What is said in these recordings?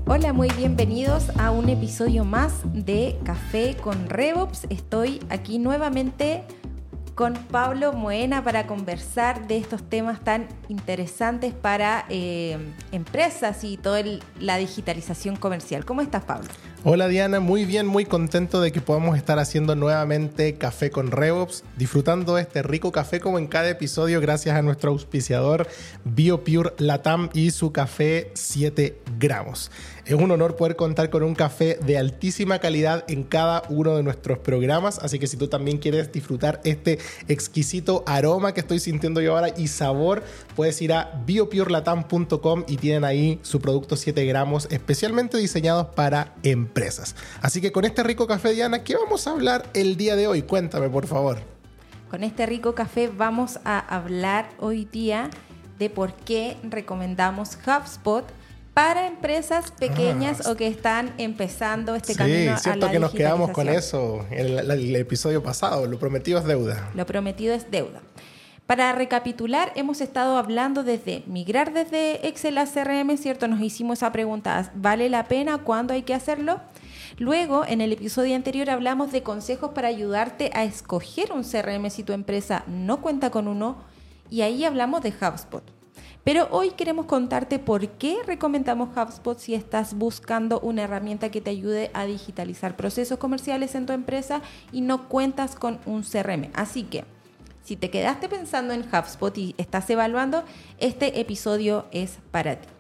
Hola, muy bienvenidos a un episodio más de Café con RevOps. Estoy aquí nuevamente con Pablo Moena para conversar de estos temas tan interesantes para empresas y toda la digitalización comercial. ¿Cómo estás, Pablo? Hola Diana, muy bien, muy contento de que podamos estar haciendo nuevamente Café con RevOps, disfrutando este rico café como en cada episodio gracias a nuestro auspiciador BioPure Latam y su café 7 gramos. Es un honor poder contar con un café de altísima calidad en cada uno de nuestros programas, así que si tú también quieres disfrutar este exquisito aroma que estoy sintiendo yo ahora y sabor, puedes ir a biopurelatam.com y tienen ahí su producto 7 gramos especialmente diseñados para empresas. Así que con este rico café, Diana, ¿qué vamos a hablar el día de hoy? Cuéntame, por favor. Con este rico café vamos a hablar hoy día de por qué recomendamos HubSpot para empresas pequeñas o que están empezando este camino a la digitalización. Sí, cierto que nos quedamos con eso en el episodio pasado. Lo prometido es deuda. Lo prometido es deuda. Para recapitular, hemos estado hablando desde migrar desde Excel a CRM, ¿cierto? Nos hicimos esa pregunta, ¿vale la pena? ¿Cuándo hay que hacerlo? Luego, en el episodio anterior hablamos de consejos para ayudarte a escoger un CRM si tu empresa no cuenta con uno, y ahí hablamos de HubSpot. Pero hoy queremos contarte por qué recomendamos HubSpot si estás buscando una herramienta que te ayude a digitalizar procesos comerciales en tu empresa y no cuentas con un CRM. Así que, si te quedaste pensando en HubSpot y estás evaluando, este episodio es para ti.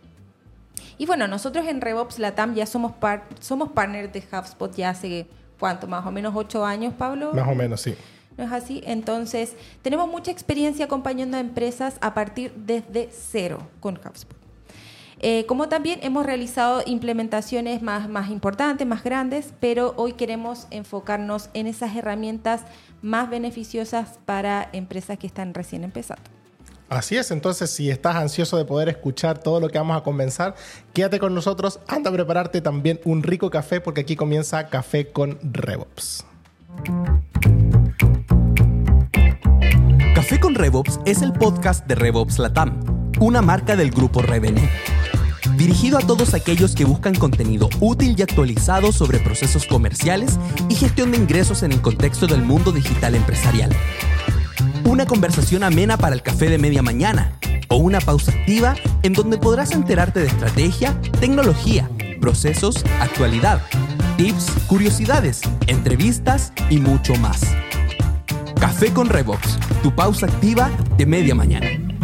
Y bueno, nosotros en RevOps Latam ya somos partners de HubSpot ya hace, ¿cuánto? Más o menos 8 años, Pablo. Más o menos, sí. ¿No es así? Entonces, tenemos mucha experiencia acompañando a empresas a partir desde cero con HubSpot. Como también hemos realizado implementaciones más importantes, más grandes, pero hoy queremos enfocarnos en esas herramientas más beneficiosas para empresas que están recién empezando. Así es, entonces si estás ansioso de poder escuchar todo lo que vamos a comenzar, quédate con nosotros, anda a prepararte también un rico café porque aquí comienza Café con RevOps. Café con RevOps es el podcast de RevOps Latam, una marca del grupo Revenue. Dirigido a todos aquellos que buscan contenido útil y actualizado sobre procesos comerciales y gestión de ingresos en el contexto del mundo digital empresarial. Una conversación amena para el café de media mañana o una pausa activa en donde podrás enterarte de estrategia, tecnología, procesos, actualidad, tips, curiosidades, entrevistas y mucho más. Café con RevOps, tu pausa activa de media mañana.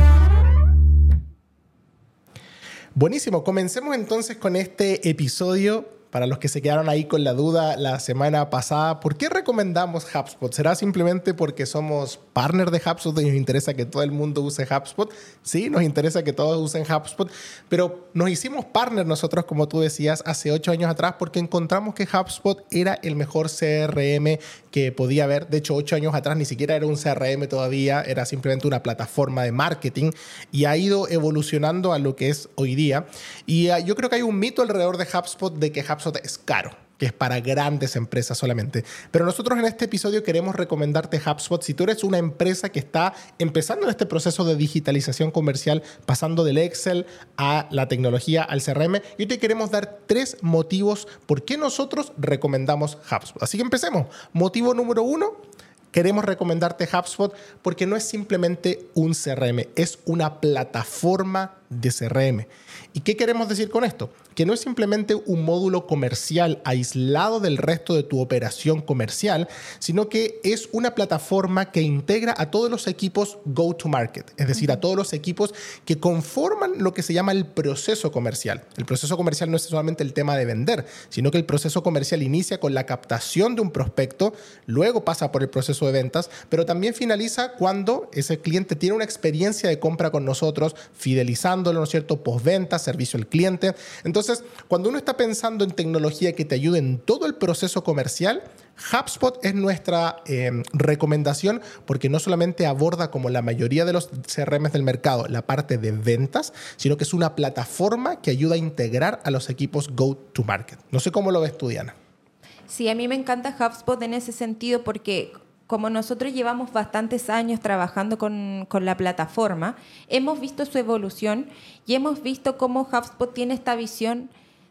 Buenísimo, comencemos entonces con este episodio. Para los que se quedaron ahí con la duda la semana pasada, ¿por qué recomendamos HubSpot? ¿Será simplemente porque somos partner de HubSpot y nos interesa que todo el mundo use HubSpot? Sí, nos interesa que todos usen HubSpot, pero nos hicimos partner nosotros, como tú decías, hace 8 años atrás porque encontramos que HubSpot era el mejor CRM que podía haber. De hecho, 8 años atrás ni siquiera era un CRM todavía, era simplemente una plataforma de marketing y ha ido evolucionando a lo que es hoy día. Y yo creo que hay un mito alrededor de HubSpot de que HubSpot es caro, que es para grandes empresas solamente. Pero nosotros en este episodio queremos recomendarte HubSpot si tú eres una empresa que está empezando en este proceso de digitalización comercial, pasando del Excel a la tecnología, al CRM. Y hoy te queremos dar 3 motivos por qué nosotros recomendamos HubSpot. Así que empecemos. Motivo número 1. Queremos recomendarte HubSpot porque no es simplemente un CRM, es una plataforma de CRM. ¿Y qué queremos decir con esto? Que no es simplemente un módulo comercial aislado del resto de tu operación comercial, sino que es una plataforma que integra a todos los equipos go-to-market, es decir, a todos los equipos que conforman lo que se llama el proceso comercial. El proceso comercial no es solamente el tema de vender, sino que el proceso comercial inicia con la captación de un prospecto, luego pasa por el proceso de ventas, pero también finaliza cuando ese cliente tiene una experiencia de compra con nosotros, fidelizándolo, ¿no es cierto?, postventa, servicio al cliente. Entonces, cuando uno está pensando en tecnología que te ayude en todo el proceso comercial, HubSpot es nuestra recomendación porque no solamente aborda, como la mayoría de los CRMs del mercado, la parte de ventas, sino que es una plataforma que ayuda a integrar a los equipos go-to-market. No sé cómo lo ves tú, Diana. Sí, a mí me encanta HubSpot en ese sentido porque como nosotros llevamos bastantes años trabajando con la plataforma, hemos visto su evolución y hemos visto cómo HubSpot tiene esta visión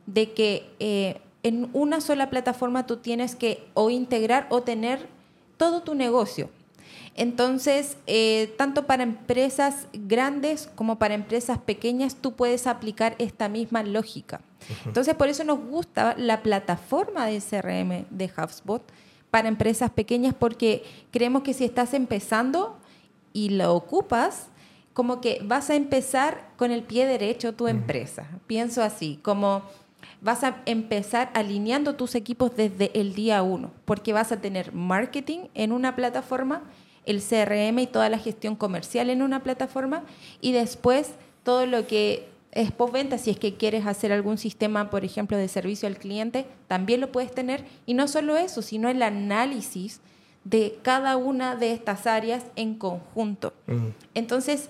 de que en una sola plataforma tú tienes que o integrar o tener todo tu negocio. Entonces, tanto para empresas grandes como para empresas pequeñas, tú puedes aplicar esta misma lógica. Entonces, por eso nos gusta la plataforma de CRM de HubSpot para empresas pequeñas, porque creemos que si estás empezando y lo ocupas, como que vas a empezar con el pie derecho tu empresa. Pienso así, como vas a empezar alineando tus equipos desde el día 1, porque vas a tener marketing en una plataforma, el CRM y toda la gestión comercial en una plataforma, y después todo lo que es postventa, si es que quieres hacer algún sistema, por ejemplo, de servicio al cliente, también lo puedes tener. Y no solo eso, sino el análisis de cada una de estas áreas en conjunto. Entonces,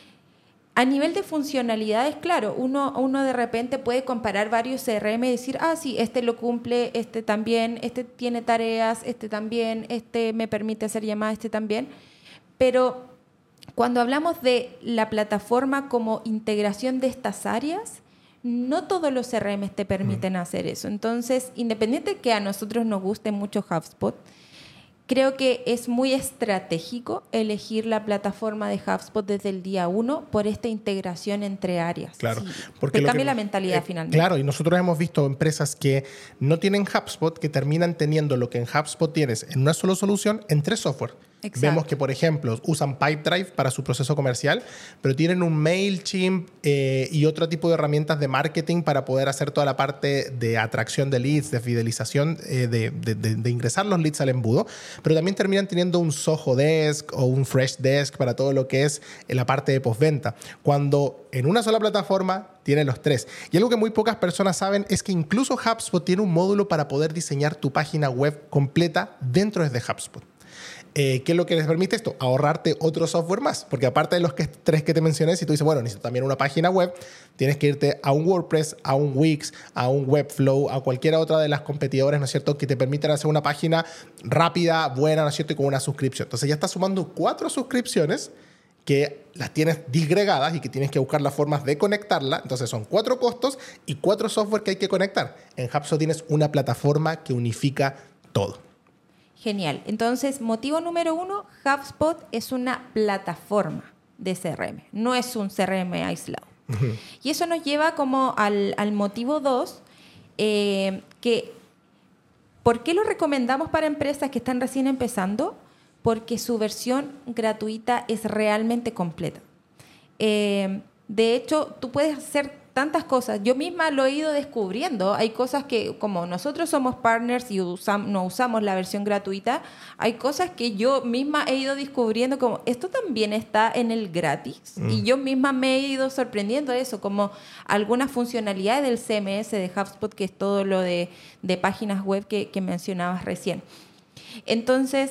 a nivel de funcionalidades, claro, uno de repente puede comparar varios CRM y decir, sí, este lo cumple, este también, este tiene tareas, este también, este me permite hacer llamadas, este también. Pero cuando hablamos de la plataforma como integración de estas áreas, no todos los CRM te permiten hacer eso. Entonces, independiente de que a nosotros nos guste mucho HubSpot, creo que es muy estratégico elegir la plataforma de HubSpot desde el día 1 por esta integración entre áreas. Claro, sí, porque cambia la mentalidad finalmente. Claro, y nosotros hemos visto empresas que no tienen HubSpot, que terminan teniendo lo que en HubSpot tienes en una sola solución en 3 software. Exacto. Vemos que, por ejemplo, usan Pipedrive para su proceso comercial, pero tienen un MailChimp y otro tipo de herramientas de marketing para poder hacer toda la parte de atracción de leads, de fidelización, de ingresar los leads al embudo, pero también terminan teniendo un Zoho Desk o un Fresh Desk para todo lo que es la parte de postventa, cuando en una sola plataforma tiene los 3. Y algo que muy pocas personas saben es que incluso HubSpot tiene un módulo para poder diseñar tu página web completa dentro de HubSpot. ¿Qué es lo que les permite esto? Ahorrarte otro software más. Porque aparte de los 3 que te mencioné, si tú dices, bueno, necesito también una página web, tienes que irte a un WordPress, a un Wix, a un Webflow, a cualquiera otra de las competidoras, ¿no es cierto?, que te permitan hacer una página rápida, buena, ¿no es cierto?, y con una suscripción. Entonces ya estás sumando 4 suscripciones que las tienes disgregadas y que tienes que buscar las formas de conectarla. Entonces son 4 costos y 4 software que hay que conectar. En HubSpot tienes una plataforma que unifica todo. Genial. Entonces, motivo número 1, HubSpot es una plataforma de CRM, no es un CRM aislado. Y eso nos lleva como al motivo 2, que ¿por qué lo recomendamos para empresas que están recién empezando? Porque su versión gratuita es realmente completa. De hecho, tú puedes hacer tantas cosas. Yo misma lo he ido descubriendo. Hay cosas que, como nosotros somos partners y no usamos la versión gratuita, hay cosas que yo misma he ido descubriendo, como esto también está en el gratis. Y yo misma me he ido sorprendiendo de eso, como algunas funcionalidades del CMS de HubSpot, que es todo lo de páginas web que mencionabas recién. Entonces,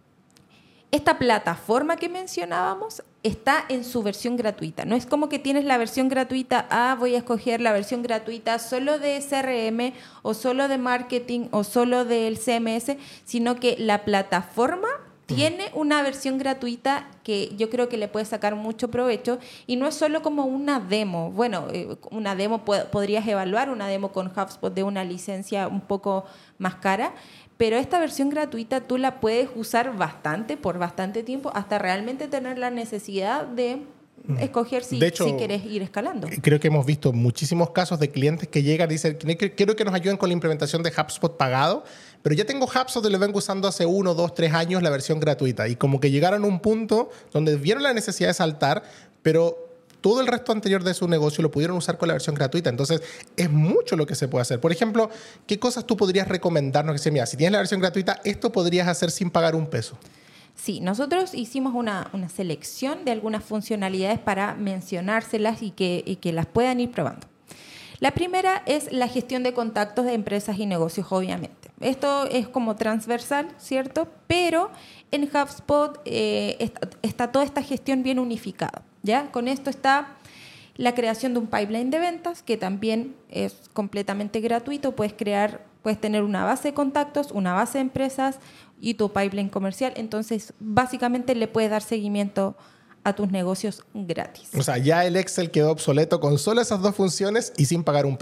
esta plataforma que mencionábamos está en su versión gratuita. No es como que tienes la versión gratuita, voy a escoger la versión gratuita solo de CRM o solo de marketing o solo del CMS, sino que la plataforma tiene una versión gratuita que yo creo que le puedes sacar mucho provecho, y no es solo como una demo. Bueno, una demo podrías evaluar una demo con HubSpot de una licencia un poco más cara, pero esta versión gratuita tú la puedes usar por bastante tiempo, hasta realmente tener la necesidad de escoger si quieres ir escalando. Creo que hemos visto muchísimos casos de clientes que llegan y dicen, quiero que nos ayuden con la implementación de HubSpot pagado, pero ya tengo HubSpot y lo vengo usando hace 1, 2, 3 años la versión gratuita. Y como que llegaron a un punto donde vieron la necesidad de saltar, pero todo el resto anterior de su negocio lo pudieron usar con la versión gratuita. Entonces, es mucho lo que se puede hacer. Por ejemplo, ¿qué cosas tú podrías recomendarnos? Que decir, mira, si tienes la versión gratuita, esto podrías hacer sin pagar un peso. Sí, nosotros hicimos una selección de algunas funcionalidades para mencionárselas y que las puedan ir probando. La primera es la gestión de contactos de empresas y negocios, obviamente. Esto es como transversal, ¿cierto? Pero en HubSpot está toda esta gestión bien unificada, ¿ya? Con esto está la creación de un pipeline de ventas, que también es completamente gratuito. Puedes tener una base de contactos, una base de empresas y tu pipeline comercial. Entonces, básicamente le puedes dar seguimiento a tus negocios gratis. O sea, ya el Excel quedó obsoleto con solo esas 2 funciones y sin pagar un peso.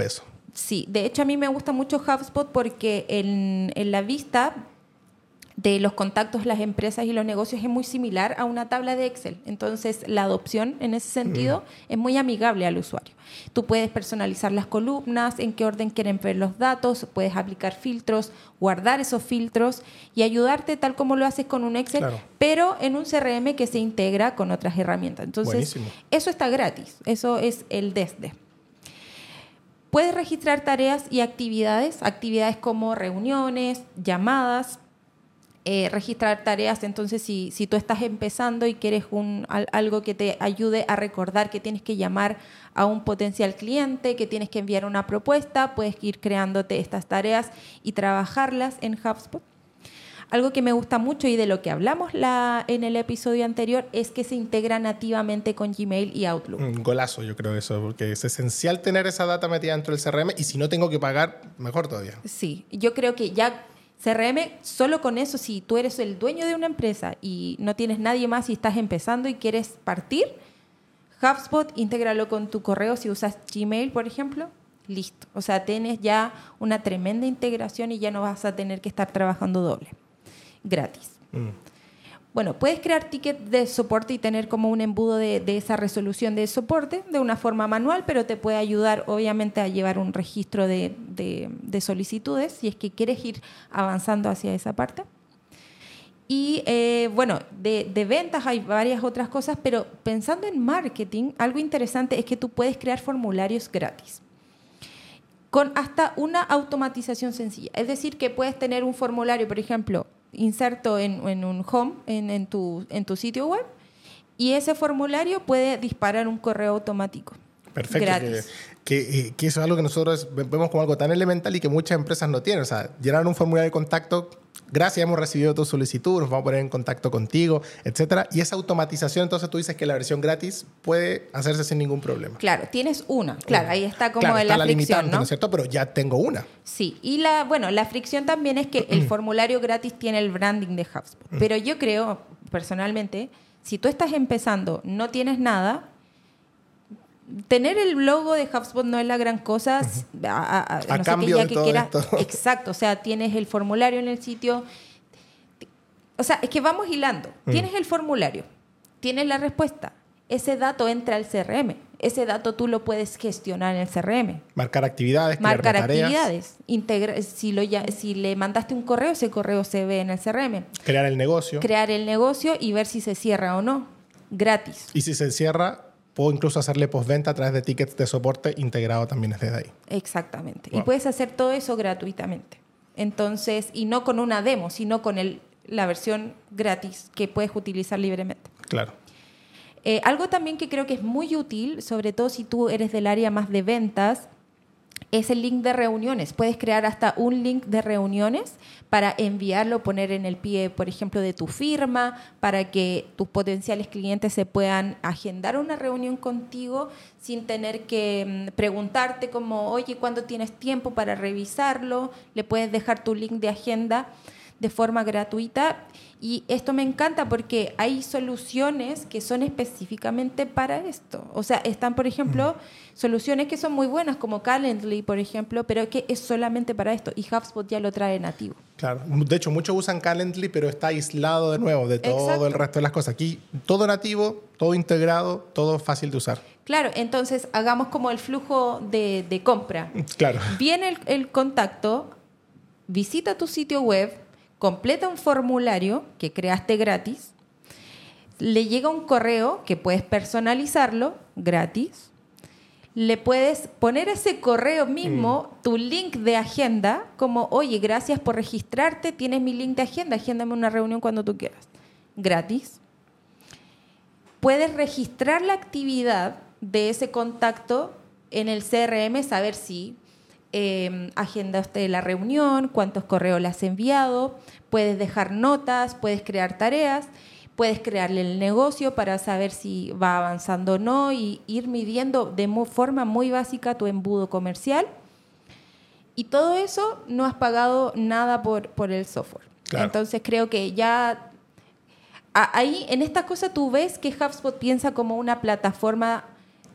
Sí, de hecho a mí me gusta mucho HubSpot porque en la vista de los contactos, las empresas y los negocios es muy similar a una tabla de Excel. Entonces, la adopción en ese sentido es muy amigable al usuario. Tú puedes personalizar las columnas, en qué orden quieren ver los datos, puedes aplicar filtros, guardar esos filtros y ayudarte tal como lo haces con un Excel, claro, pero en un CRM que se integra con otras herramientas. Entonces, buenísimo. eso está gratis. Eso es el desde. Puedes registrar tareas y actividades como reuniones, llamadas, registrar tareas. Entonces, si tú estás empezando y quieres algo que te ayude a recordar que tienes que llamar a un potencial cliente, que tienes que enviar una propuesta, puedes ir creándote estas tareas y trabajarlas en HubSpot. Algo que me gusta mucho y de lo que hablamos en el episodio anterior es que se integra nativamente con Gmail y Outlook. Un golazo, yo creo eso, porque es esencial tener esa data metida dentro del CRM y si no tengo que pagar, mejor todavía. Sí, yo creo que ya CRM, solo con eso, si tú eres el dueño de una empresa y no tienes nadie más y estás empezando y quieres partir, HubSpot, intégralo con tu correo. Si usas Gmail, por ejemplo, listo. O sea, tienes ya una tremenda integración y ya no vas a tener que estar trabajando doble. Gratis. Bueno, puedes crear tickets de soporte y tener como un embudo de esa resolución de soporte de una forma manual, pero te puede ayudar obviamente a llevar un registro de solicitudes si es que quieres ir avanzando hacia esa parte. Y bueno, de ventas hay varias otras cosas, pero pensando en marketing, algo interesante es que tú puedes crear formularios gratis con hasta una automatización sencilla. Es decir, que puedes tener un formulario, por ejemplo, inserto en un home, en tu sitio web, y ese formulario puede disparar un correo automático. Perfecto. Gratis. Que eso es algo que nosotros vemos como algo tan elemental y que muchas empresas no tienen. O sea, llenar un formulario de contacto, gracias, hemos recibido tu solicitud, nos vamos a poner en contacto contigo, etcétera. Y esa automatización, entonces tú dices que la versión gratis puede hacerse sin ningún problema. Claro, tienes una. Claro, ahí está como claro, está la fricción, ¿no? ¿no es cierto? Pero ya tengo una. Sí, y la fricción también es que el formulario gratis tiene el branding de HubSpot. Pero yo creo, personalmente, si tú estás empezando, no tienes nada, tener el logo de HubSpot no es la gran cosa. A no cambio sé de que todo quieras. esto. Exacto, o sea, tienes el formulario en el sitio. O sea, es que vamos hilando. Tienes el formulario, tienes la respuesta. Ese dato entra al CRM. Ese dato tú lo puedes gestionar en el CRM. Marcar actividades, Marcar tareas. actividades. Si le mandaste un correo, ese correo se ve en el CRM. Crear el negocio. Crear el negocio y ver si se cierra o no. Gratis. Y si se cierra, puedo incluso hacerle postventa a través de tickets de soporte integrado también desde ahí. Exactamente. Wow. Y puedes hacer todo eso gratuitamente. Entonces, y no con una demo, sino con la versión gratis que puedes utilizar libremente. Claro. Algo también que creo que es muy útil, sobre todo si tú eres del área más de ventas, es el link de reuniones. Puedes crear hasta un link de reuniones para enviarlo, poner en el pie, por ejemplo, de tu firma, para que tus potenciales clientes se puedan agendar una reunión contigo sin tener que preguntarte como, oye, ¿cuándo tienes tiempo para revisarlo? Le puedes dejar tu link de agenda de forma gratuita. Y esto me encanta porque hay soluciones que son específicamente para esto. O sea, están, por ejemplo, soluciones que son muy buenas como Calendly, por ejemplo, pero que es solamente para esto. Y HubSpot ya lo trae nativo. Claro. De hecho, muchos usan Calendly, pero está aislado de nuevo de todo Exacto. el resto de las cosas. Aquí todo nativo, todo integrado, todo fácil de usar. Claro, entonces hagamos como el flujo de compra. Claro. Viene el contacto, visita tu sitio web, completa un formulario que creaste gratis, le llega un correo que puedes personalizarlo gratis, le puedes poner ese correo mismo tu link de agenda, como, oye, gracias por registrarte, tienes mi link de agenda, agéndame una reunión cuando tú quieras, gratis. Puedes registrar la actividad de ese contacto en el CRM, saber si agendaste la reunión, cuántos correos le has enviado, puedes dejar notas, puedes crear tareas, puedes crearle el negocio para saber si va avanzando o no y ir midiendo de forma muy básica tu embudo comercial. Y todo eso no has pagado nada por el software. Claro. Entonces creo que ya ahí en esta cosa tú ves que HubSpot piensa como una plataforma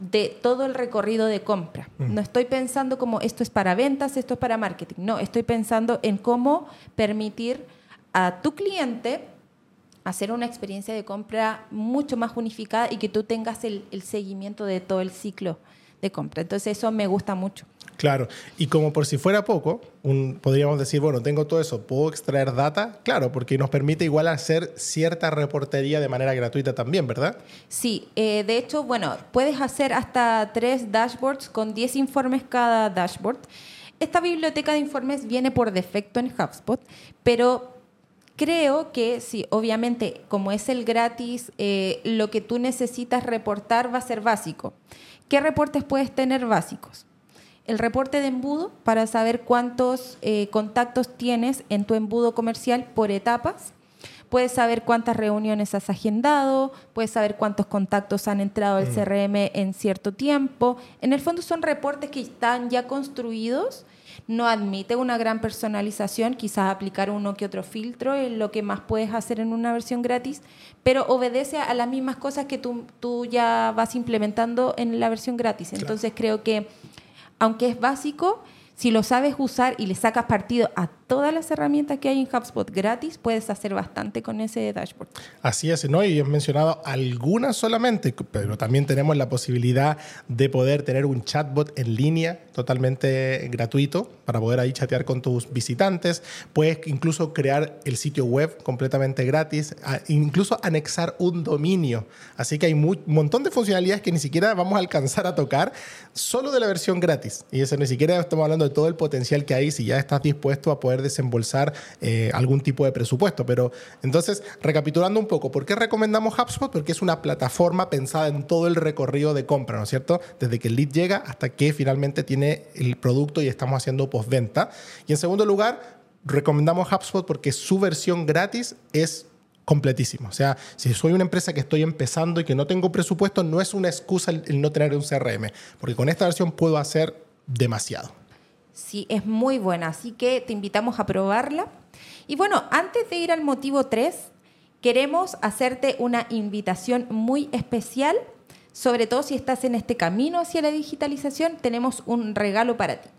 de todo el recorrido de compra. No estoy pensando como esto es para ventas, esto es para marketing. No, estoy pensando en cómo permitir a tu cliente hacer una experiencia de compra mucho más unificada y que tú tengas el seguimiento de todo el ciclo de compra. Entonces eso me gusta mucho. Claro, y como por si fuera poco, podríamos decir, bueno, tengo todo eso, ¿puedo extraer data? Claro, porque nos permite igual hacer cierta reportería de manera gratuita también, ¿verdad? Sí, de hecho, bueno, puedes hacer hasta 3 dashboards con 10 informes cada dashboard. Esta biblioteca de informes viene por defecto en HubSpot, pero creo que sí, obviamente, como es el gratis, lo que tú necesitas reportar va a ser básico. ¿Qué reportes puedes tener básicos? El reporte de embudo para saber cuántos contactos tienes en tu embudo comercial por etapas. Puedes saber cuántas reuniones has agendado, puedes saber cuántos contactos han entrado al CRM en cierto tiempo. En el fondo son reportes que están ya construidos, no admite una gran personalización, quizás aplicar uno que otro filtro es lo que más puedes hacer en una versión gratis, pero obedece a las mismas cosas que tú ya vas implementando en la versión gratis. Entonces creo que aunque es básico, si lo sabes usar y le sacas partido a todas las herramientas que hay en HubSpot gratis, puedes hacer bastante con ese dashboard. Así es, ¿no? Y he mencionado algunas solamente, pero también tenemos la posibilidad de poder tener un chatbot en línea totalmente gratuito para poder ahí chatear con tus visitantes. Puedes incluso crear el sitio web completamente gratis, incluso anexar un dominio. Así que hay un montón de funcionalidades que ni siquiera vamos a alcanzar a tocar solo de la versión gratis. Y eso ni siquiera estamos hablando de todo el potencial que hay si ya estás dispuesto a poder desembolsar algún tipo de presupuesto. Pero entonces, recapitulando un poco, ¿por qué recomendamos HubSpot? Porque es una plataforma pensada en todo el recorrido de compra, ¿no es cierto? Desde que el lead llega hasta que finalmente tiene el producto y estamos haciendo postventa. Y en segundo lugar, recomendamos HubSpot porque su versión gratis es completísimo. O sea, si soy una empresa que estoy empezando y que no tengo presupuesto, no es una excusa el no tener un CRM, porque con esta versión puedo hacer demasiado. Sí, es muy buena, así que te invitamos a probarla. Y bueno, antes de ir al motivo 3, queremos hacerte una invitación muy especial, sobre todo si estás en este camino hacia la digitalización, tenemos un regalo para ti.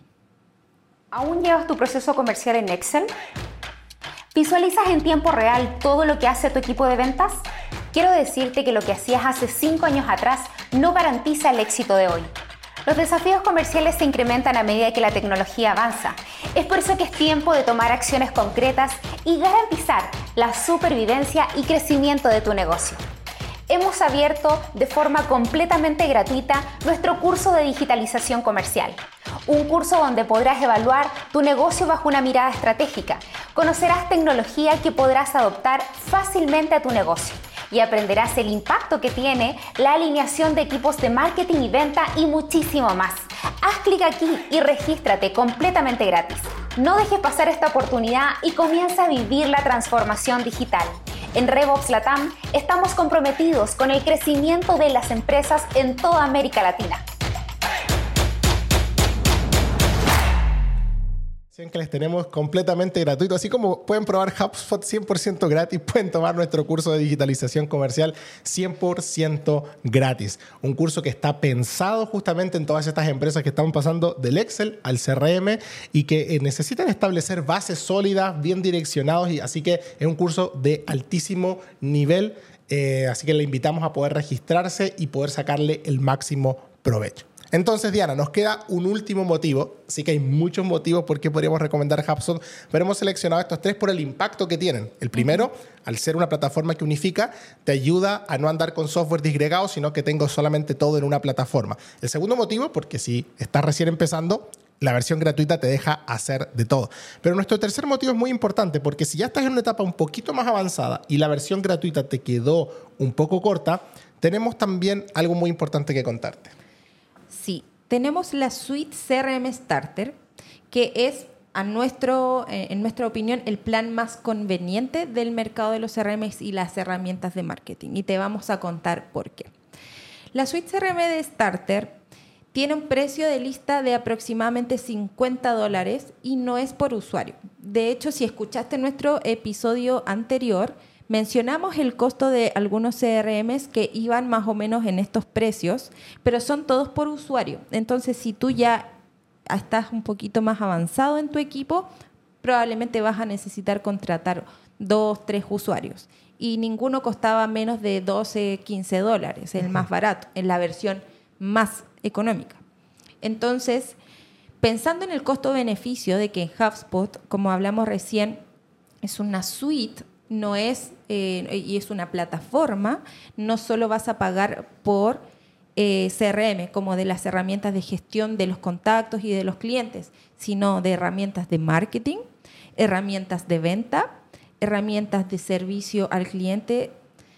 ¿Aún llevas tu proceso comercial en Excel? ¿Visualizas en tiempo real todo lo que hace tu equipo de ventas? Quiero decirte que lo que hacías hace 5 años atrás no garantiza el éxito de hoy. Los desafíos comerciales se incrementan a medida que la tecnología avanza. Es por eso que es tiempo de tomar acciones concretas y garantizar la supervivencia y crecimiento de tu negocio. Hemos abierto de forma completamente gratuita nuestro curso de digitalización comercial. Un curso donde podrás evaluar tu negocio bajo una mirada estratégica. Conocerás tecnología que podrás adoptar fácilmente a tu negocio y aprenderás el impacto que tiene la alineación de equipos de marketing y venta y muchísimo más. Haz clic aquí y regístrate completamente gratis. No dejes pasar esta oportunidad y comienza a vivir la transformación digital. En RevOps LATAM estamos comprometidos con el crecimiento de las empresas en toda América Latina. Que les tenemos completamente gratuito, así como pueden probar HubSpot 100% gratis, pueden tomar nuestro curso de digitalización comercial 100% gratis. Un curso que está pensado justamente en todas estas empresas que están pasando del Excel al CRM y que necesitan establecer bases sólidas, bien direccionados, y así que es un curso de altísimo nivel, así que le invitamos a poder registrarse y poder sacarle el máximo provecho. Entonces, Diana, nos queda un último motivo. Sí que hay muchos motivos por qué podríamos recomendar HubSpot, pero hemos seleccionado estos 3 por el impacto que tienen. El primero, al ser una plataforma que unifica, te ayuda a no andar con software disgregado, sino que tengo solamente todo en una plataforma. El segundo motivo, porque si estás recién empezando, la versión gratuita te deja hacer de todo. Pero nuestro tercer motivo es muy importante, porque si ya estás en una etapa un poquito más avanzada y la versión gratuita te quedó un poco corta, tenemos también algo muy importante que contarte. Sí, tenemos la suite CRM Starter, que es, en nuestra opinión, el plan más conveniente del mercado de los CRMs y las herramientas de marketing. Y te vamos a contar por qué. La suite CRM de Starter tiene un precio de lista de aproximadamente $50 y no es por usuario. De hecho, si escuchaste nuestro episodio anterior, Mencionamos el costo de algunos CRMs que iban más o menos en estos precios, pero son todos por usuario. Entonces, si tú ya estás un poquito más avanzado en tu equipo, probablemente vas a necesitar contratar 2, 3 usuarios. Y ninguno costaba menos de $12, $15, el más barato, en la versión más económica. Entonces, pensando en el costo-beneficio de que en HubSpot, como hablamos recién, es una suite, no es, y es una plataforma, no solo vas a pagar por CRM, como de las herramientas de gestión de los contactos y de los clientes, sino de herramientas de marketing, herramientas de venta, herramientas de servicio al cliente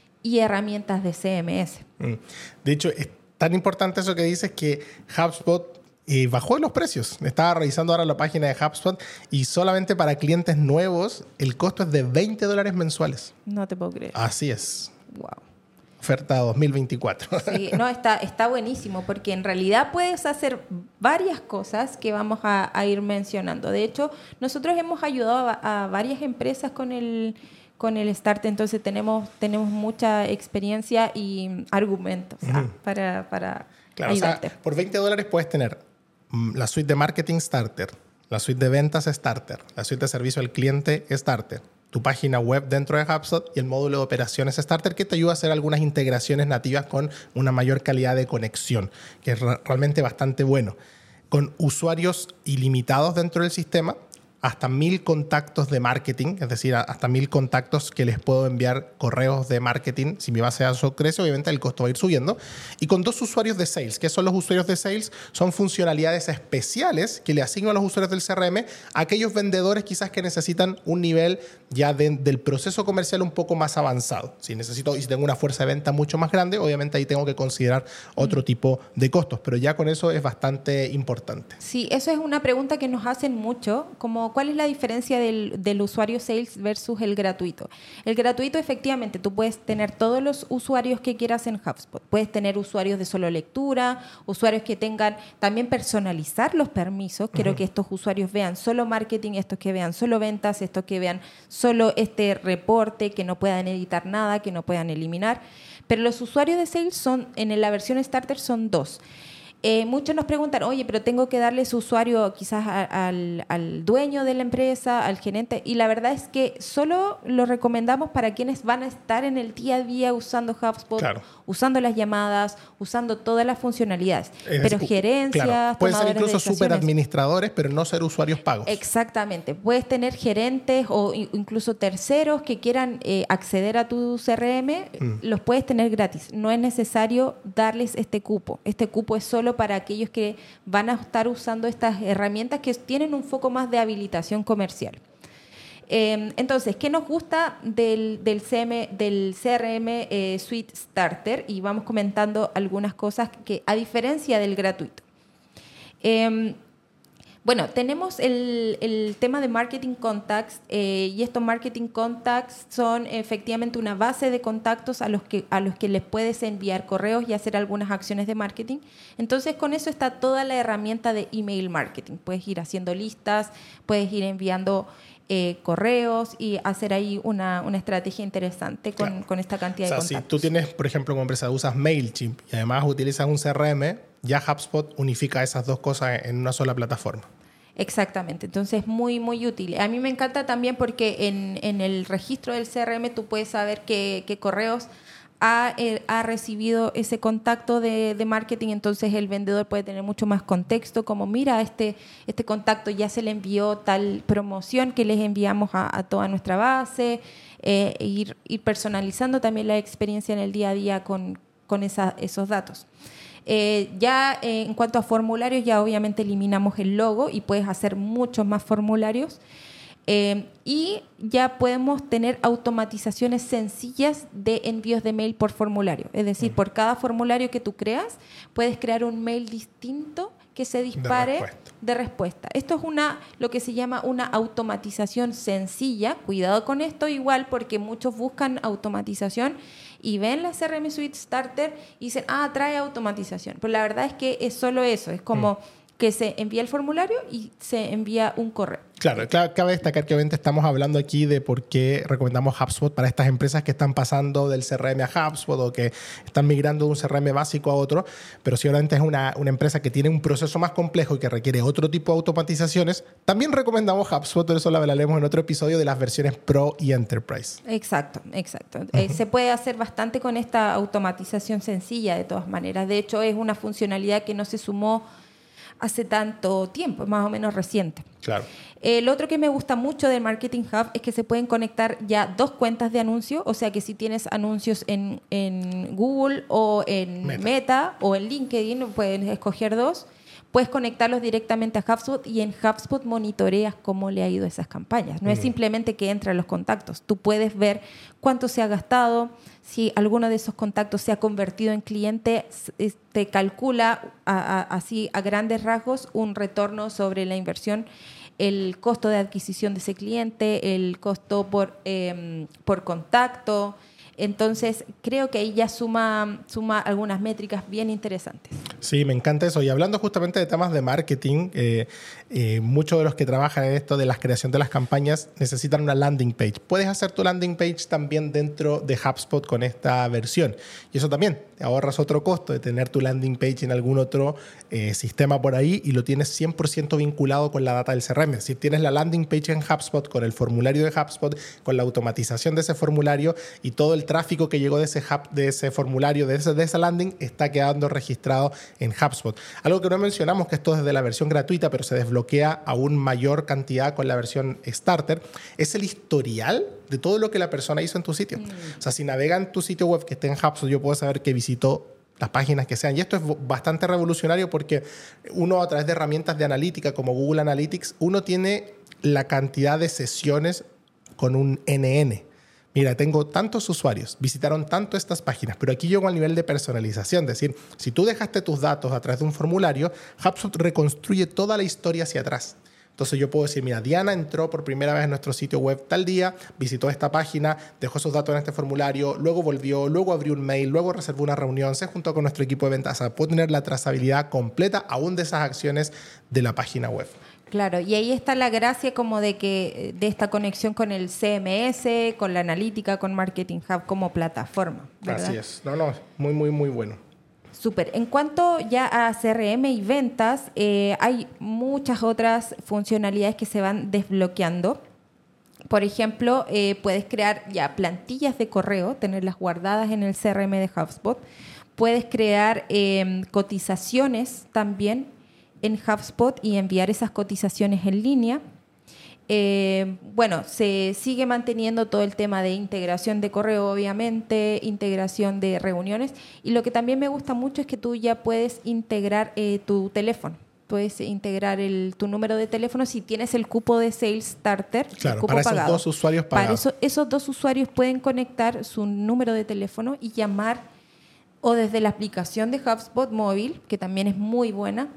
y herramientas de CMS. De hecho, es tan importante eso que dices que HubSpot bajó los precios. Estaba revisando ahora la página de HubSpot y solamente para clientes nuevos el costo es de $20 mensuales. No te puedo creer. Así es. Wow. Oferta 2024. Sí, no, está buenísimo porque en realidad puedes hacer varias cosas que vamos a ir mencionando. De hecho, nosotros hemos ayudado a varias empresas con el Start, entonces tenemos mucha experiencia y argumentos para claro, ayudarte. O sea, por $20 puedes tener la suite de marketing Starter, la suite de ventas Starter, la suite de servicio al cliente Starter, tu página web dentro de HubSpot y el módulo de operaciones Starter que te ayuda a hacer algunas integraciones nativas con una mayor calidad de conexión, que es realmente bastante bueno. Con usuarios ilimitados dentro del sistema, hasta 1000 contactos de marketing, es decir, hasta 1000 contactos que les puedo enviar correos de marketing. Si mi base de datos crece, obviamente el costo va a ir subiendo. Y con 2 usuarios de sales. ¿Qué son los usuarios de sales? Son funcionalidades especiales que le asigno a los usuarios del CRM a aquellos vendedores quizás que necesitan un nivel ya del proceso comercial un poco más avanzado. Si tengo una fuerza de venta mucho más grande, obviamente ahí tengo que considerar otro tipo de costos. Pero ya con eso es bastante importante. Sí, eso es una pregunta que nos hacen mucho, como ¿cuál es la diferencia del usuario sales versus el gratuito? El gratuito, efectivamente, tú puedes tener todos los usuarios que quieras en HubSpot. Puedes tener usuarios de solo lectura, usuarios que tengan, también personalizar los permisos. Quiero que estos usuarios vean solo marketing, estos que vean solo ventas, estos que vean solo este reporte, que no puedan editar nada, que no puedan eliminar. Pero los usuarios de sales en la versión Starter son 2. Muchos nos preguntan, oye, pero tengo que darle su usuario quizás al dueño de la empresa, al gerente, y la verdad es que solo lo recomendamos para quienes van a estar en el día a día usando HubSpot, claro, usando las llamadas, usando todas las funcionalidades. Pero gerencias, claro, pueden ser incluso superadministradores, pero no ser usuarios pagos. Exactamente. Puedes tener gerentes o incluso terceros que quieran acceder a tu CRM, los puedes tener gratis. No es necesario darles este cupo. Este cupo es solo para aquellos que van a estar usando estas herramientas que tienen un foco más de habilitación comercial. Entonces, ¿qué nos gusta del CRM Suite Starter? Y vamos comentando algunas cosas que, a diferencia del gratuito. Bueno, tenemos el tema de Marketing Contacts y estos Marketing Contacts son efectivamente una base de contactos a los que les puedes enviar correos y hacer algunas acciones de marketing. Entonces, con eso está toda la herramienta de email marketing. Puedes ir haciendo listas, puedes ir enviando correos y hacer ahí una estrategia interesante con esta cantidad de contactos. Si tú tienes, por ejemplo, como empresa, usas MailChimp y además utilizas un CRM, ya HubSpot unifica esas dos cosas en una sola plataforma. Exactamente, entonces muy, muy útil. A mí me encanta también porque en el registro del CRM tú puedes saber qué correos ha recibido ese contacto de marketing, entonces el vendedor puede tener mucho más contexto, como mira, este contacto ya se le envió tal promoción que les enviamos a toda nuestra base, ir personalizando también la experiencia en el día a día con esos datos. Ya en cuanto a formularios, ya obviamente eliminamos el logo y puedes hacer muchos más formularios. Y ya podemos tener automatizaciones sencillas de envíos de mail por formulario. Es decir, por cada formulario que tú creas, puedes crear un mail distinto que se dispare de respuesta. Esto es lo que se llama una automatización sencilla. Cuidado con esto igual, porque muchos buscan automatización y ven la CRM Suite Starter y dicen, trae automatización. Pero la verdad es que es solo eso. Es como que se envía el formulario y se envía un correo. Claro, cabe destacar que obviamente estamos hablando aquí de por qué recomendamos HubSpot para estas empresas que están pasando del CRM a HubSpot o que están migrando de un CRM básico a otro, pero si obviamente es una empresa que tiene un proceso más complejo y que requiere otro tipo de automatizaciones, también recomendamos HubSpot, pero eso lo hablaremos en otro episodio de las versiones Pro y Enterprise. Exacto. Se puede hacer bastante con esta automatización sencilla de todas maneras. De hecho, es una funcionalidad que no se sumó hace tanto tiempo, es más o menos reciente. Claro. Lo otro que me gusta mucho del Marketing Hub es que se pueden conectar ya 2 cuentas de anuncio, o sea que si tienes anuncios en Google o en Meta o en LinkedIn, puedes escoger 2, puedes conectarlos directamente a HubSpot y en HubSpot monitoreas cómo le ha ido a esas campañas. No es simplemente que entran los contactos, tú puedes ver cuánto se ha gastado, si alguno de esos contactos se ha convertido en cliente, te calcula así a grandes rasgos un retorno sobre la inversión, el costo de adquisición de ese cliente, el costo por contacto. Entonces, creo que ahí ya suma algunas métricas bien interesantes. Sí, me encanta eso. Y hablando justamente de temas de marketing, muchos de los que trabajan en esto de la creación de las campañas necesitan una landing page. Puedes hacer tu landing page también dentro de HubSpot con esta versión. Y eso también, te ahorras otro costo de tener tu landing page en algún otro sistema por ahí y lo tienes 100% vinculado con la data del CRM. Si tienes la landing page en HubSpot, con el formulario de HubSpot, con la automatización de ese formulario y todo el tráfico que llegó de ese formulario, de esa landing, está quedando registrado en HubSpot. Algo que no mencionamos, que esto es de la versión gratuita, pero se desbloquea aún mayor cantidad con la versión Starter, es el historial de todo lo que la persona hizo en tu sitio. O sea, si navega en tu sitio web que esté en HubSpot, yo puedo saber que visitó las páginas que sean. Y esto es bastante revolucionario porque uno, a través de herramientas de analítica como Google Analytics, uno tiene la cantidad de sesiones con un NN. Mira, tengo tantos usuarios, visitaron tanto estas páginas, pero aquí llego al nivel de personalización. Es decir, si tú dejaste tus datos a través de un formulario, HubSpot reconstruye toda la historia hacia atrás. Entonces yo puedo decir, mira, Diana entró por primera vez a nuestro sitio web tal día, visitó esta página, dejó sus datos en este formulario, luego volvió, luego abrió un mail, luego reservó una reunión, se juntó con nuestro equipo de ventas. O sea, puedo tener la trazabilidad completa aún de esas acciones de la página web. Claro, y ahí está la gracia como de esta conexión con el CMS, con la analítica, con Marketing Hub como plataforma, ¿verdad? Así es. No, muy, muy, muy bueno. Súper. En cuanto ya a CRM y ventas, hay muchas otras funcionalidades que se van desbloqueando. Por ejemplo, puedes crear ya plantillas de correo, tenerlas guardadas en el CRM de HubSpot. Puedes crear cotizaciones también en HubSpot y enviar esas cotizaciones en línea. Se sigue manteniendo todo el tema de integración de correo, obviamente, integración de reuniones. Y lo que también me gusta mucho es que tú ya puedes integrar tu teléfono. Puedes integrar tu número de teléfono si tienes el cupo de Sales Starter. Claro, cupo para pagado. esos 2 usuarios pagados. Para esos 2 usuarios pueden conectar su número de teléfono y llamar o desde la aplicación de HubSpot móvil, que también es muy buena,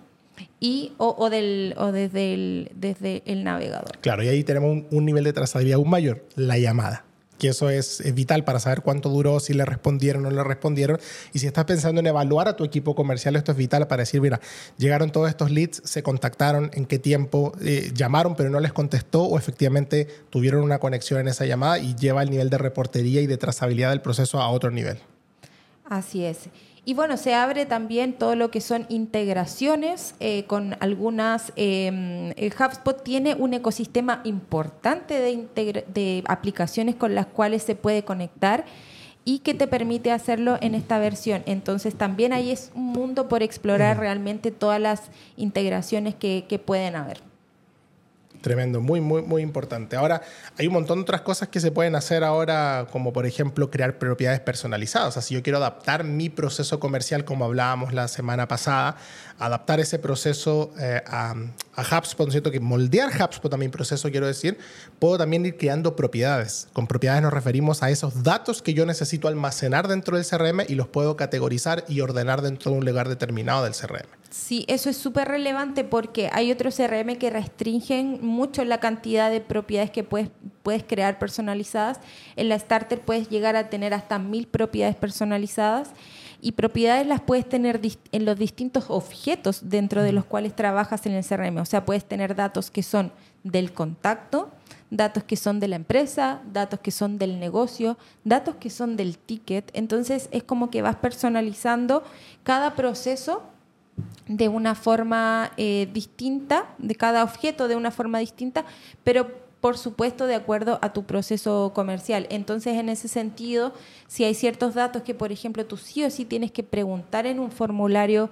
desde el navegador. Claro, y ahí tenemos un nivel de trazabilidad aún mayor, la llamada, que eso es vital para saber cuánto duró, si le respondieron o no le respondieron. Y si estás pensando en evaluar a tu equipo comercial, esto es vital para decir, mira, llegaron todos estos leads, se contactaron, en qué tiempo, llamaron pero no les contestó o efectivamente tuvieron una conexión en esa llamada, y lleva el nivel de reportería y de trazabilidad del proceso a otro nivel. Así es. Y bueno, se abre también todo lo que son integraciones con algunas... HubSpot tiene un ecosistema importante de aplicaciones con las cuales se puede conectar y que te permite hacerlo en esta versión. Entonces también ahí es un mundo por explorar realmente todas las integraciones que pueden haber. Tremendo, muy, muy, muy importante. Ahora, hay un montón de otras cosas que se pueden hacer ahora, como por ejemplo crear propiedades personalizadas. O sea, si yo quiero adaptar mi proceso comercial, como hablábamos la semana pasada, adaptar ese proceso a HubSpot, ¿cierto? Que moldear HubSpot a mi proceso, quiero decir, puedo también ir creando propiedades. Con propiedades nos referimos a esos datos que yo necesito almacenar dentro del CRM y los puedo categorizar y ordenar dentro de un lugar determinado del CRM. Sí, eso es súper relevante porque hay otros CRM que restringen mucho la cantidad de propiedades que puedes crear personalizadas. En la Starter puedes llegar a tener hasta 1000 propiedades personalizadas Y propiedades las puedes tener en los distintos objetos dentro de los cuales trabajas en el CRM. O sea, puedes tener datos que son del contacto, datos que son de la empresa, datos que son del negocio, datos que son del ticket. Entonces es como que vas personalizando cada proceso de una forma distinta, de cada objeto de una forma distinta, pero por supuesto de acuerdo a tu proceso comercial. Entonces, en ese sentido, si hay ciertos datos que, por ejemplo, tú sí o sí tienes que preguntar en un formulario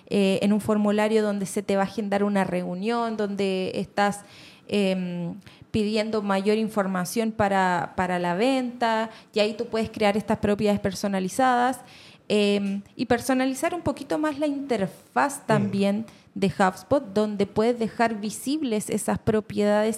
donde se te va a agendar una reunión, donde estás pidiendo mayor información para la venta, y ahí tú puedes crear estas propiedades personalizadas y personalizar un poquito más la interfaz también de HubSpot, donde puedes dejar visibles esas propiedades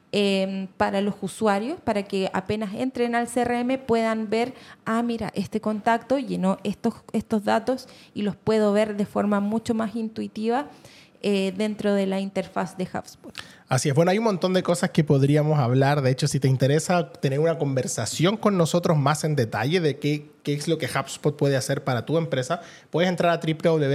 para los usuarios, para que apenas entren al CRM puedan ver, mira, este contacto llenó estos datos y los puedo ver de forma mucho más intuitiva dentro de la interfaz de HubSpot. Así es. Bueno, hay un montón de cosas que podríamos hablar. De hecho, si te interesa tener una conversación con nosotros más en detalle de qué es lo que HubSpot puede hacer para tu empresa, puedes entrar a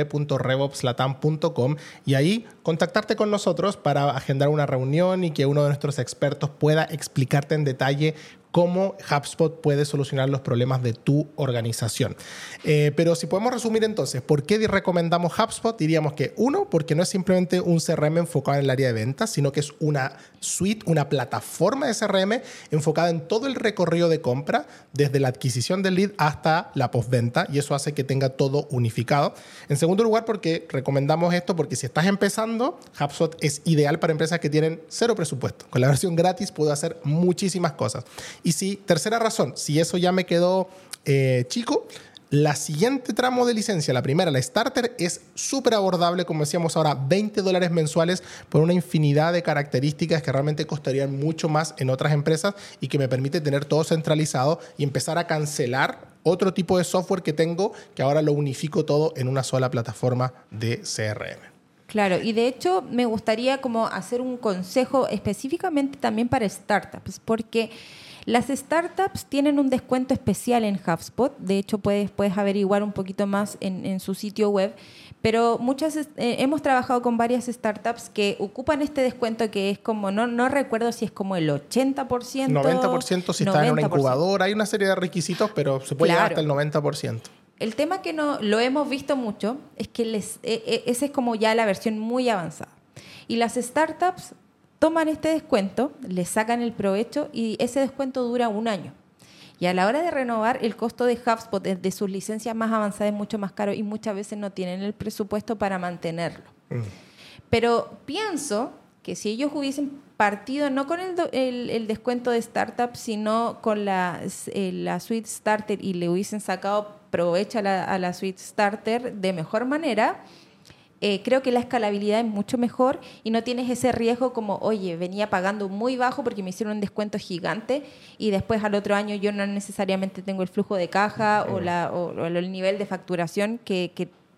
www.revopslatam.com y ahí contactarte con nosotros para agendar una reunión y que uno de nuestros expertos pueda explicarte en detalle cómo HubSpot puede solucionar los problemas de tu organización. Pero si podemos resumir entonces, ¿por qué recomendamos HubSpot? Diríamos que uno, porque no es simplemente un CRM enfocado en el área de ventas, sino que es una suite, una plataforma de CRM enfocada en todo el recorrido de compra, desde la adquisición del lead hasta la postventa, y eso hace que tenga todo unificado. En segundo lugar, porque recomendamos esto, porque si estás empezando, HubSpot es ideal para empresas que tienen cero presupuesto. Con la versión gratis puedo hacer muchísimas cosas. Y tercera razón, si eso ya me quedó chico, la siguiente tramo de licencia, la primera, la Starter, es súper abordable, como decíamos ahora, $20 mensuales por una infinidad de características que realmente costarían mucho más en otras empresas y que me permite tener todo centralizado y empezar a cancelar otro tipo de software que tengo, que ahora lo unifico todo en una sola plataforma de CRM. Claro, y de hecho me gustaría como hacer un consejo específicamente también para startups, porque las startups tienen un descuento especial en HubSpot. De hecho, puedes averiguar un poquito más en su sitio web. Pero hemos trabajado con varias startups que ocupan este descuento que es como, no recuerdo si es como el 80%. 90% si está en una incubadora. Hay una serie de requisitos, pero se puede llegar hasta el 90%. El tema que no lo hemos visto mucho es que esa es como ya la versión muy avanzada. Y las startups toman este descuento, le sacan el provecho y ese descuento dura 1 año. Y a la hora de renovar, el costo de HubSpot de sus licencias más avanzadas es mucho más caro y muchas veces no tienen el presupuesto para mantenerlo. Pero pienso que si ellos hubiesen partido no con el descuento de startup, sino con la Suite Starter y le hubiesen sacado provecho a la Suite Starter de mejor manera, creo que la escalabilidad es mucho mejor y no tienes ese riesgo como, oye, venía pagando muy bajo porque me hicieron un descuento gigante y después al otro año yo no necesariamente tengo el flujo de caja o el nivel de facturación que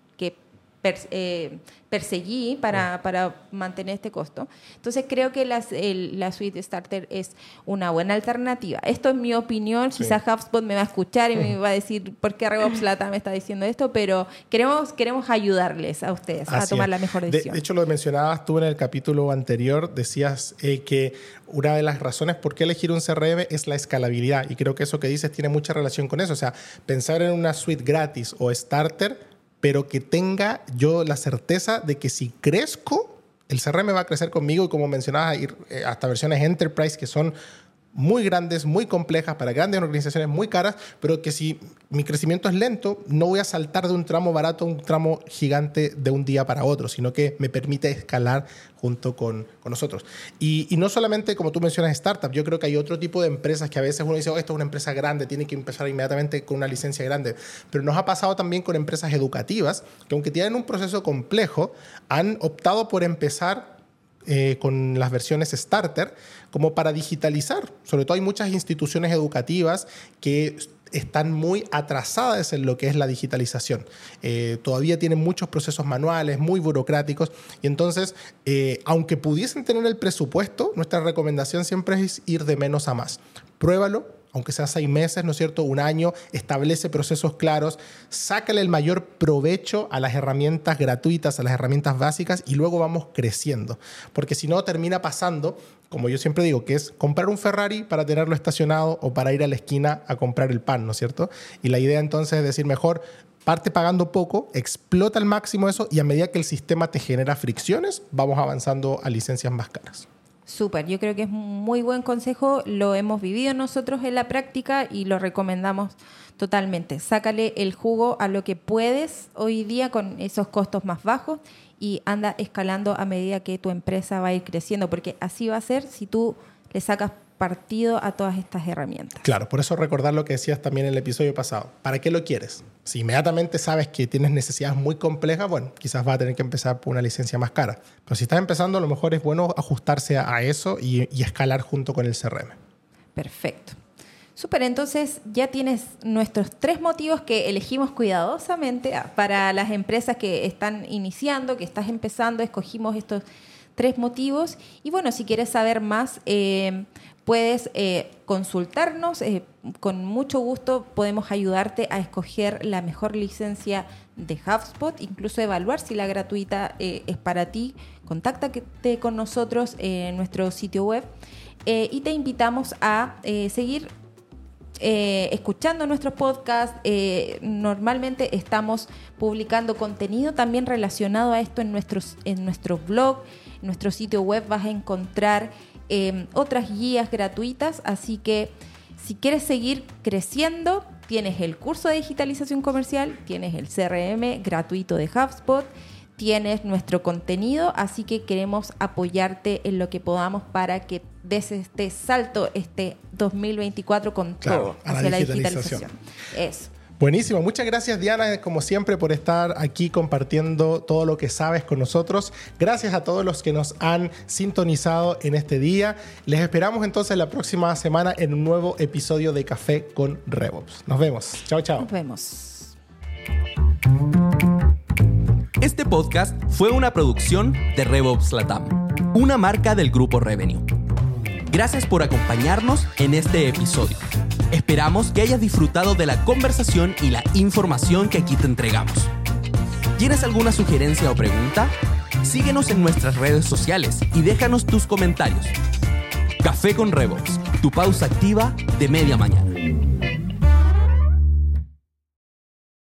perseguí para mantener este costo. Entonces creo que la Suite Starter es una buena alternativa. Esto es mi opinión. Sí. Quizás HubSpot me va a escuchar y me va a decir por qué RevOps Latam me está diciendo esto, pero queremos ayudarles a ustedes a tomar la mejor decisión. De hecho, lo mencionabas tú en el capítulo anterior, decías que una de las razones por qué elegir un CRM es la escalabilidad, y creo que eso que dices tiene mucha relación con eso. O sea, pensar en una suite gratis o starter, pero que tenga yo la certeza de que si crezco, el CRM va a crecer conmigo, y como mencionabas, ir hasta versiones Enterprise que son muy grandes, muy complejas, para grandes organizaciones muy caras, pero que si mi crecimiento es lento, no voy a saltar de un tramo barato a un tramo gigante de un día para otro, sino que me permite escalar junto con nosotros. Y no solamente, como tú mencionas, startup. Yo creo que hay otro tipo de empresas que a veces uno dice, esto es una empresa grande, tiene que empezar inmediatamente con una licencia grande. Pero nos ha pasado también con empresas educativas que, aunque tienen un proceso complejo, han optado por empezar con las versiones starter como para digitalizar. Sobre todo hay muchas instituciones educativas que están muy atrasadas en lo que es la digitalización. Todavía tienen muchos procesos manuales, muy burocráticos, y entonces, aunque pudiesen tener el presupuesto, nuestra recomendación siempre es ir de menos a más. Pruébalo, aunque sea 6 meses, ¿no es cierto?, 1 año, establece procesos claros, sácale el mayor provecho a las herramientas gratuitas, a las herramientas básicas y luego vamos creciendo. Porque si no, termina pasando, como yo siempre digo, que es comprar un Ferrari para tenerlo estacionado o para ir a la esquina a comprar el pan, ¿no es cierto? Y la idea entonces es decir, mejor parte pagando poco, explota al máximo eso y a medida que el sistema te genera fricciones, vamos avanzando a licencias más caras. Súper, yo creo que es un muy buen consejo, lo hemos vivido nosotros en la práctica y lo recomendamos totalmente. Sácale el jugo a lo que puedes hoy día con esos costos más bajos y anda escalando a medida que tu empresa va a ir creciendo, porque así va a ser si tú le sacas partido a todas estas herramientas. Claro, por eso recordar lo que decías también en el episodio pasado. ¿Para qué lo quieres? Si inmediatamente sabes que tienes necesidades muy complejas, bueno, quizás vas a tener que empezar por una licencia más cara. Pero si estás empezando, a lo mejor es bueno ajustarse a eso y escalar junto con el CRM. Perfecto. Súper, entonces ya tienes nuestros 3 motivos que elegimos cuidadosamente para las empresas que están iniciando, que estás empezando. Escogimos estos 3 motivos. Y bueno, si quieres saber más, puedes consultarnos. Con mucho gusto podemos ayudarte a escoger la mejor licencia de HubSpot, incluso evaluar si la gratuita es para ti. Contáctate con nosotros en nuestro sitio web y te invitamos a seguir escuchando nuestros podcasts. Normalmente estamos publicando contenido también relacionado a esto en nuestro blog, en nuestro sitio web vas a encontrar otras guías gratuitas, así que si quieres seguir creciendo, tienes el curso de digitalización comercial, tienes el CRM gratuito de HubSpot, tienes nuestro contenido, así que queremos apoyarte en lo que podamos para que des este salto este 2024 con todo hacia la digitalización. Eso. Buenísimo. Muchas gracias, Diana, como siempre, por estar aquí compartiendo todo lo que sabes con nosotros. Gracias a todos los que nos han sintonizado en este día. Les esperamos entonces la próxima semana en un nuevo episodio de Café con RevOps. Nos vemos. Chao, chao. Nos vemos. Este podcast fue una producción de RevOps Latam, una marca del Grupo Revenue. Gracias por acompañarnos en este episodio. Esperamos que hayas disfrutado de la conversación y la información que aquí te entregamos. ¿Tienes alguna sugerencia o pregunta? Síguenos en nuestras redes sociales y déjanos tus comentarios. Café con RevOps, tu pausa activa de media mañana.